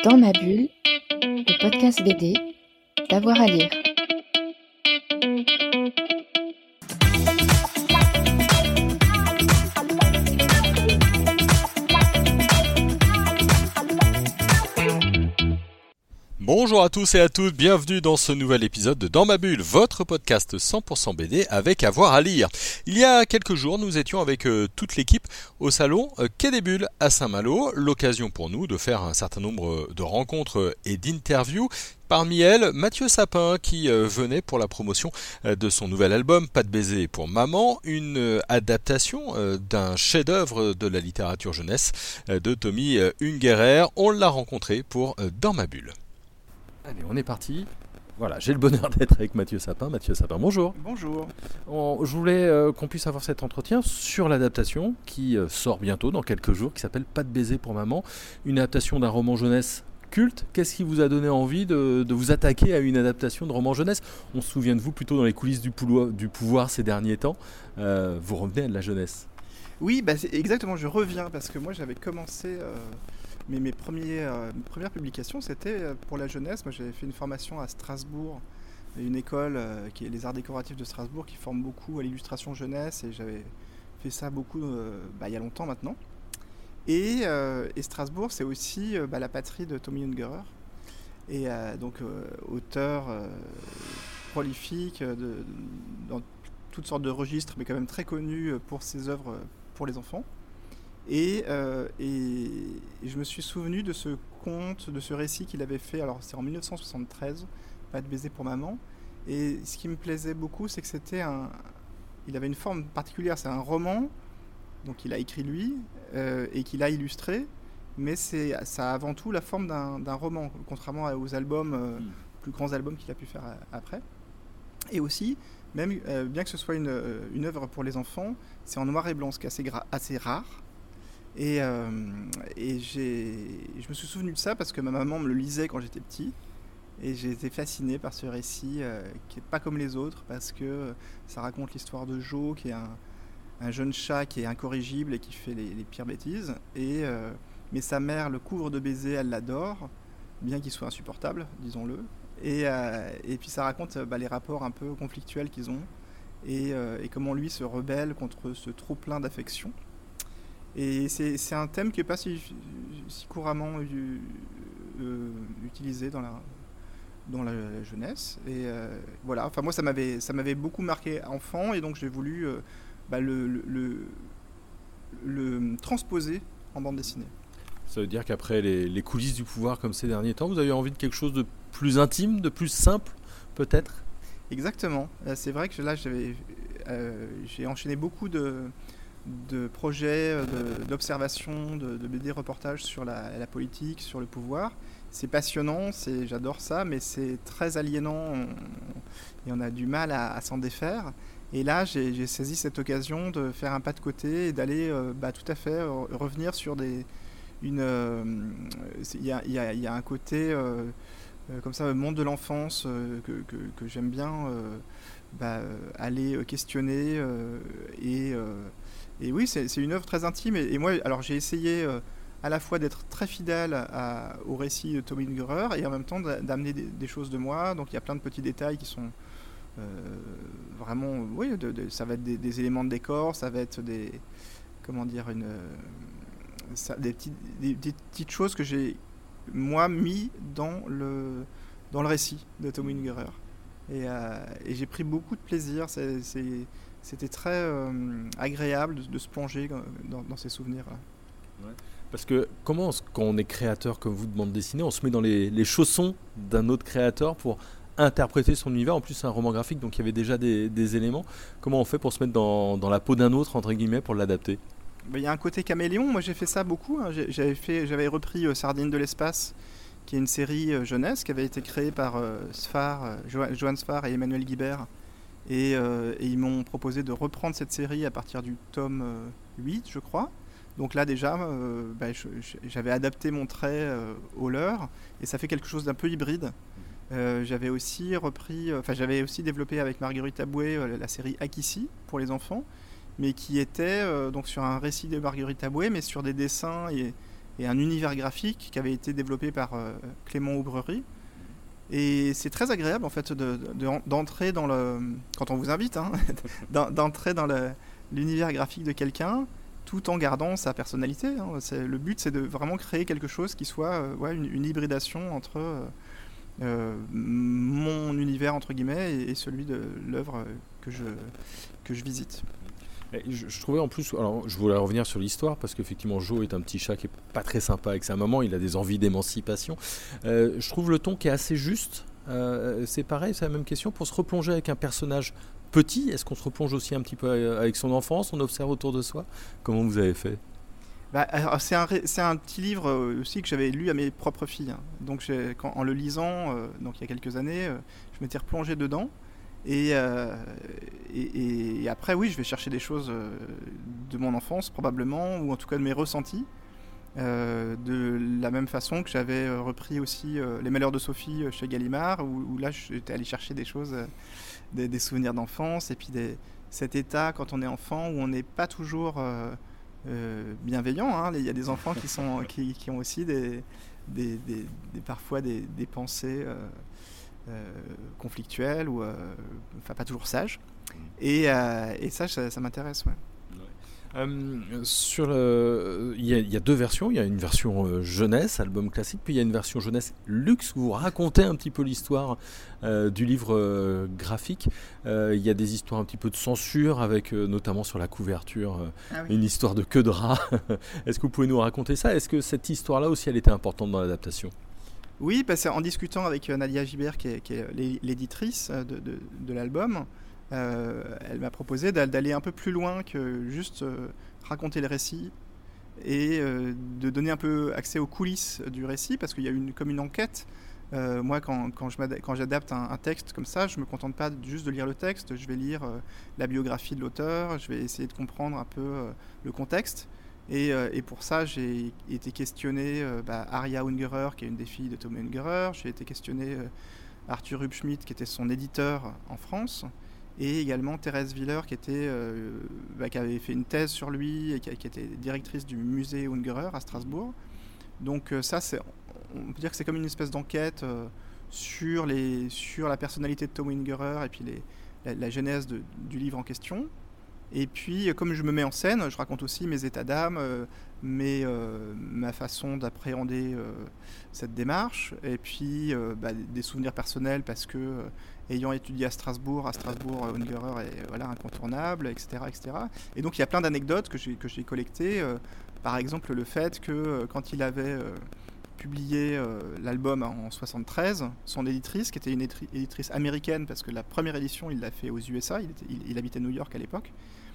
Dans ma bulle, le podcast BD, d'avoir à lire. Bonjour à tous et à toutes, bienvenue dans ce nouvel épisode de Dans ma bulle, votre podcast 100% BD avec avoir à lire. Il y a quelques jours, nous étions avec toute l'équipe au salon Quai des Bulles à Saint-Malo, l'occasion pour nous de faire un certain nombre de rencontres et d'interviews. Parmi elles, Mathieu Sapin qui venait pour la promotion de son nouvel album Pas de baiser pour maman, une adaptation d'un chef-d'œuvre de la littérature jeunesse de Tommy Ungerer. On l'a rencontré pour Dans ma bulle. Allez, on est parti. Voilà, j'ai le bonheur d'être avec Mathieu Sapin. Mathieu Sapin, bonjour. Bonjour. Je voulais qu'on puisse avoir cet entretien sur l'adaptation qui sort bientôt, dans quelques jours, qui s'appelle Pas de baiser pour maman, une adaptation d'un roman jeunesse culte. Qu'est-ce qui vous a donné envie de vous attaquer à une adaptation de roman jeunesse ? On se souvient de vous plutôt dans les coulisses du pouvoir ces derniers temps. Vous revenez à de la jeunesse. Oui, c'est exactement, je reviens parce que moi j'avais commencé... mes premières publications, c'était pour la jeunesse. Moi, j'avais fait une formation à Strasbourg, une école qui est les Arts décoratifs de Strasbourg, qui forme beaucoup à l'illustration jeunesse, et j'avais fait ça beaucoup il y a longtemps maintenant. Et Strasbourg, c'est aussi la patrie de Tommy Ungerer, et donc auteur prolifique dans toutes sortes de registres, mais quand même très connu pour ses œuvres pour les enfants. Et je me suis souvenu de ce conte, de ce récit qu'il avait fait, alors c'est en 1973, Pas de baiser pour maman. Et ce qui me plaisait beaucoup, c'est que il avait une forme particulière, c'est un roman, donc il a écrit lui, et qu'il a illustré, mais ça a avant tout la forme d'un roman, contrairement aux albums, plus grands albums qu'il a pu faire après. Et aussi, même bien que ce soit une œuvre pour les enfants, c'est en noir et blanc, ce qui est assez rare. Et je me suis souvenu de ça parce que ma maman me le lisait quand j'étais petit, et j'ai été fasciné par ce récit qui n'est pas comme les autres, parce que ça raconte l'histoire de Joe, qui est un jeune chat qui est incorrigible et qui fait les pires bêtises, mais sa mère le couvre de baisers, elle l'adore, bien qu'il soit insupportable, disons-le, et puis ça raconte les rapports un peu conflictuels qu'ils ont, et comment lui se rebelle contre ce trop plein d'affection. Et c'est un thème qui n'est pas si couramment utilisé dans la jeunesse. Et voilà, enfin moi ça m'avait beaucoup marqué enfant, et donc j'ai voulu le transposer en bande dessinée. Ça veut dire qu'après les coulisses du pouvoir comme ces derniers temps, vous avez envie de quelque chose de plus intime, de plus simple peut-être ? Exactement. C'est vrai que là j'ai enchaîné beaucoup de projets, d'observations, de BD reportages sur la politique, sur le pouvoir. C'est passionnant, j'adore ça, mais c'est très aliénant, et on a du mal à s'en défaire. Et là, j'ai saisi cette occasion de faire un pas de côté et d'aller tout à fait revenir sur il y a un côté comme ça, le monde de l'enfance que j'aime bien aller questionner, et oui, c'est une œuvre très intime. Et moi, alors j'ai essayé à la fois d'être très fidèle au récit de Tommy Ungerer, et en même temps d'amener des choses de moi. Donc il y a plein de petits détails qui sont vraiment, oui, ça va être des éléments de décor, ça va être des petites choses que j'ai moi mis dans le récit de Tommy Ungerer. Et j'ai pris beaucoup de plaisir. C'était très agréable de se plonger dans ces souvenirs-là. Ouais. Parce que quand on est créateur comme vous de bande dessinée, on se met dans les chaussons d'un autre créateur pour interpréter son univers. En plus, c'est un roman graphique, donc il y avait déjà des éléments. Comment on fait pour se mettre dans la peau d'un autre, entre guillemets, pour l'adapter ? Il y a un côté caméléon. Moi, j'ai fait ça beaucoup. J'avais repris Sardines de l'espace, qui est une série jeunesse qui avait été créée par Johan Sfar et Emmanuel Guibert. Et ils m'ont proposé de reprendre cette série à partir du tome 8, je crois. Donc là déjà, j'avais adapté mon trait au leur, et ça fait quelque chose d'un peu hybride. J'avais aussi développé avec Marguerite Aboué la série Akissi pour les enfants, mais qui était donc sur un récit de Marguerite Aboué, mais sur des dessins et un univers graphique qui avait été développé par Clément Aubrerie. Et c'est très agréable en fait d'entrer dans le, quand on vous invite, hein, d'entrer dans l'univers graphique de quelqu'un, tout en gardant sa personnalité. Hein. Le but, c'est de vraiment créer quelque chose qui soit une hybridation entre mon univers entre guillemets et celui de l'œuvre que je visite. Je trouvais en plus, alors je voulais revenir sur l'histoire parce qu'effectivement Joe est un petit chat qui est pas très sympa avec sa maman, il a des envies d'émancipation. Je trouve le ton qui est assez juste. C'est pareil, c'est la même question pour se replonger avec un personnage petit. Est-ce qu'on se replonge aussi un petit peu avec son enfance, on observe autour de soi? Comment vous avez fait? Alors, c'est un petit livre aussi que j'avais lu à mes propres filles. Hein. Donc en le lisant, donc il y a quelques années, je m'étais replongé dedans. Et après, oui, je vais chercher des choses de mon enfance, probablement, ou en tout cas de mes ressentis. De la même façon que j'avais repris aussi Les Malheurs de Sophie chez Gallimard, où là, j'étais allé chercher des choses, des souvenirs d'enfance, et puis cet état, quand on est enfant, où on n'est pas toujours bienveillant. Hein. Il y a des enfants qui ont aussi parfois des pensées... conflictuelles ou pas toujours sages et ça m'intéresse. Il y a deux versions, il y a une version jeunesse, album classique, puis il y a une version jeunesse luxe où vous racontez un petit peu l'histoire du livre graphique. Il y a des histoires un petit peu de censure avec notamment sur la couverture une histoire de queue de rat. Est-ce que vous pouvez nous raconter ça? Est-ce que cette histoire-là aussi elle était importante dans l'adaptation? Oui, parce qu'en discutant avec Nadia Gibert, qui est l'éditrice de l'album, elle m'a proposé d'aller un peu plus loin que juste raconter le récit et de donner un peu accès aux coulisses du récit, parce qu'il y a comme une enquête. Moi, quand j'adapte un texte comme ça, je ne me contente pas juste de lire le texte, je vais lire la biographie de l'auteur, je vais essayer de comprendre un peu le contexte. Et pour ça, j'ai été questionné Aria Ungerer, qui est une des filles de Thomas Ungerer. J'ai été questionné Arthur Hubschmidt, qui était son éditeur en France. Et également Thérèse Willer, qui avait fait une thèse sur lui et qui était directrice du musée Ungerer à Strasbourg. Donc ça, on peut dire que c'est comme une espèce d'enquête sur la personnalité de Thomas Ungerer et puis la genèse du livre en question. Et puis, comme je me mets en scène, je raconte aussi mes états d'âme, ma façon d'appréhender cette démarche, et puis des souvenirs personnels, parce que, ayant étudié à Strasbourg, Ungerer est incontournable, etc., etc. Et donc, il y a plein d'anecdotes que j'ai collectées. Par exemple, le fait que quand il avait publié l'album en 1973, son éditrice, qui était une éditrice américaine, parce que la première édition, il l'a fait aux USA, il habitait New York à l'époque,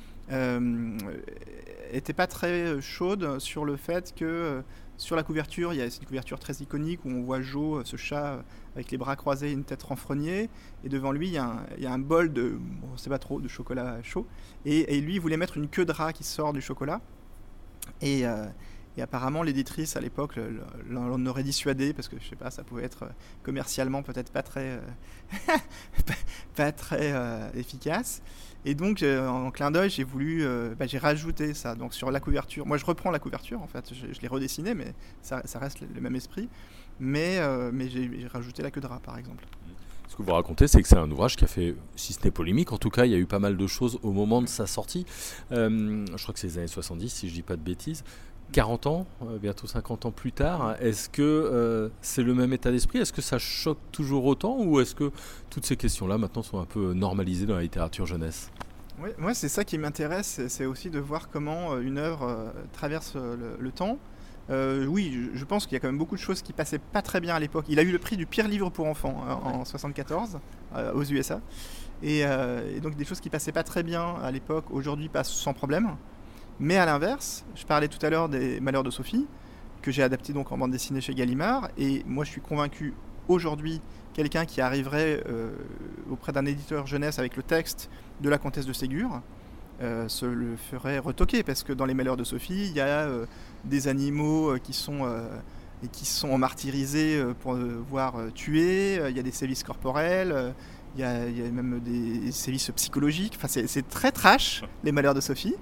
était pas très chaude sur le fait que sur la couverture, il y a une couverture très iconique où on voit Joe, ce chat avec les bras croisés et une tête renfrognée, et devant lui il y a un bol on sait pas trop, de chocolat chaud, et lui il voulait mettre une queue de rat qui sort du chocolat, et apparemment l'éditrice à l'époque l'en aurait dissuadé, parce que je sais pas, ça pouvait être commercialement peut-être pas très pas très efficace. Et donc en clin d'œil, j'ai rajouté ça. Donc sur la couverture, moi je reprends la couverture en fait, je l'ai redessinée, mais ça reste le même esprit. Mais j'ai rajouté la queue de rat par exemple. Ce que vous racontez, c'est que c'est un ouvrage qui a fait, si ce n'est polémique, en tout cas, il y a eu pas mal de choses au moment de sa sortie. Je crois que c'est les années 70, si je dis pas de bêtises. 40 ans, bientôt 50 ans plus tard, est-ce que c'est le même état d'esprit? Est-ce que ça choque toujours autant, ou est-ce que toutes ces questions-là maintenant sont un peu normalisées dans la littérature jeunesse? Oui, moi c'est ça qui m'intéresse, c'est aussi de voir comment une œuvre traverse le temps. Oui, je pense qu'il y a quand même beaucoup de choses qui passaient pas très bien à l'époque. Il a eu le prix du pire livre pour enfants en 1974 aux USA. Et donc des choses qui passaient pas très bien à l'époque, aujourd'hui passent sans problème. Mais à l'inverse, je parlais tout à l'heure des Malheurs de Sophie, que j'ai adapté donc en bande dessinée chez Gallimard, et moi je suis convaincu aujourd'hui, quelqu'un qui arriverait auprès d'un éditeur jeunesse avec le texte de la Comtesse de Ségur se le ferait retoquer, parce que dans les Malheurs de Sophie, il y a des animaux qui sont martyrisés pour voire tués, il y a des sévices corporels, il y a même des sévices psychologiques, enfin c'est très trash, les Malheurs de Sophie.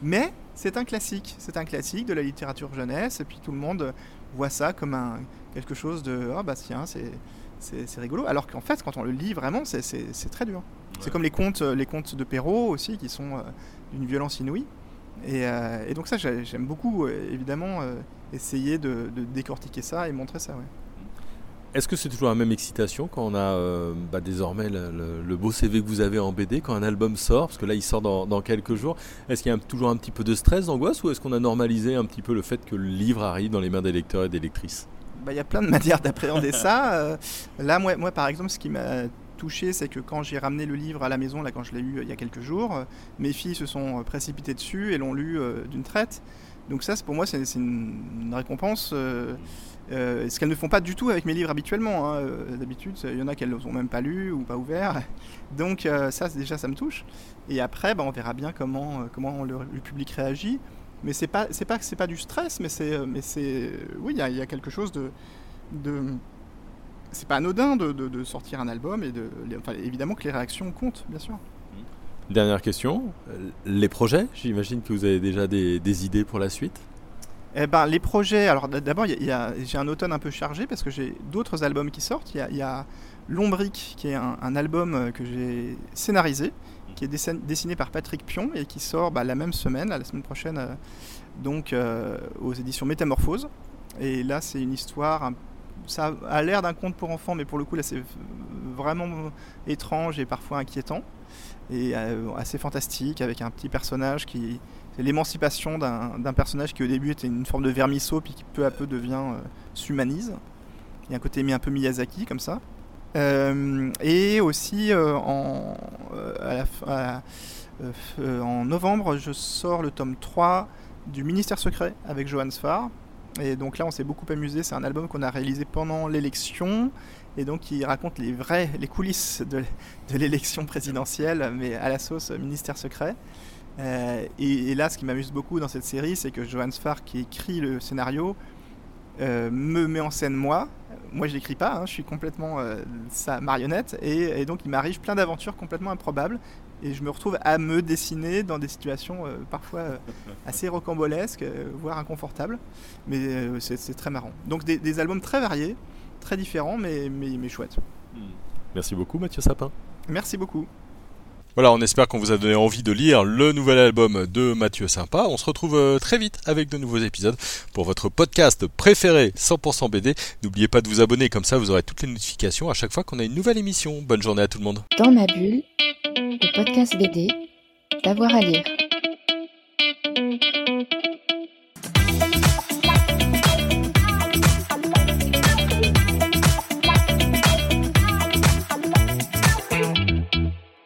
Mais c'est un classique de la littérature jeunesse, et puis tout le monde voit ça comme quelque chose de « Ah bah tiens, c'est rigolo », alors qu'en fait, quand on le lit vraiment, c'est très dur. Ouais. C'est comme les contes de Perrault aussi, qui sont d'une violence inouïe. Et donc ça, j'aime beaucoup, évidemment, essayer de décortiquer ça et montrer ça, ouais. Est-ce que c'est toujours la même excitation quand on a désormais le beau CV que vous avez en BD, quand un album sort, parce que là il sort dans quelques jours, est-ce qu'il y a toujours un petit peu de stress, d'angoisse, ou est-ce qu'on a normalisé un petit peu le fait que le livre arrive dans les mains des lecteurs et des lectrices ? Il y a plein de manières d'appréhender ça. Là, moi, par exemple, ce qui m'a touché, c'est que quand j'ai ramené le livre à la maison, là, quand je l'ai eu il y a quelques jours, mes filles se sont précipitées dessus et l'ont lu d'une traite. Donc ça, pour moi, c'est une récompense. Ce qu'elles ne font pas du tout avec mes livres habituellement. D'habitude, il y en a qu'elles n'ont même pas lu ou pas ouvert. Donc ça, déjà, ça me touche. Et après, on verra bien comment le public réagit. Mais c'est pas du stress, mais oui, il y a quelque chose de c'est pas anodin de sortir un album et évidemment que les réactions comptent, bien sûr. Dernière question, les projets, j'imagine que vous avez déjà des idées pour la suite ? Les projets, alors d'abord j'ai un automne un peu chargé parce que j'ai d'autres albums qui sortent. Il y a Lombric qui est un album que j'ai scénarisé, qui est dessiné par Patrick Pion et qui sort la même semaine, la semaine prochaine, aux éditions Métamorphose. Et là c'est une histoire, ça a l'air d'un conte pour enfants, mais pour le coup là c'est vraiment étrange et parfois inquiétant. Et assez fantastique, avec un petit personnage c'est l'émancipation d'un personnage qui au début était une forme de vermisseau puis qui peu à peu s'humanise. Il y a un côté un peu Miyazaki comme ça. Et aussi en novembre, je sors le tome 3 du Ministère secret avec Johann Sfar. Et donc là on s'est beaucoup amusé, c'est un album qu'on a réalisé pendant l'élection. Et donc il raconte les coulisses de l'élection présidentielle, mais à la sauce Ministère secret. Et là, ce qui m'amuse beaucoup dans cette série, c'est que Johann Sfar, qui écrit le scénario, me met en scène moi. Moi, je l'écris pas, je suis complètement sa marionnette. Et donc, il m'arrive plein d'aventures complètement improbables. Et je me retrouve à me dessiner dans des situations parfois assez rocambolesques, voire inconfortables. Mais c'est très marrant. Donc, des albums très variés, très différents, mais chouettes. Merci beaucoup, Mathieu Sapin. Merci beaucoup. Voilà, on espère qu'on vous a donné envie de lire le nouvel album de Mathieu Sapin. On se retrouve très vite avec de nouveaux épisodes pour votre podcast préféré 100% BD. N'oubliez pas de vous abonner, comme ça vous aurez toutes les notifications à chaque fois qu'on a une nouvelle émission. Bonne journée à tout le monde. Dans ma bulle, le podcast BD, d'avoir à lire.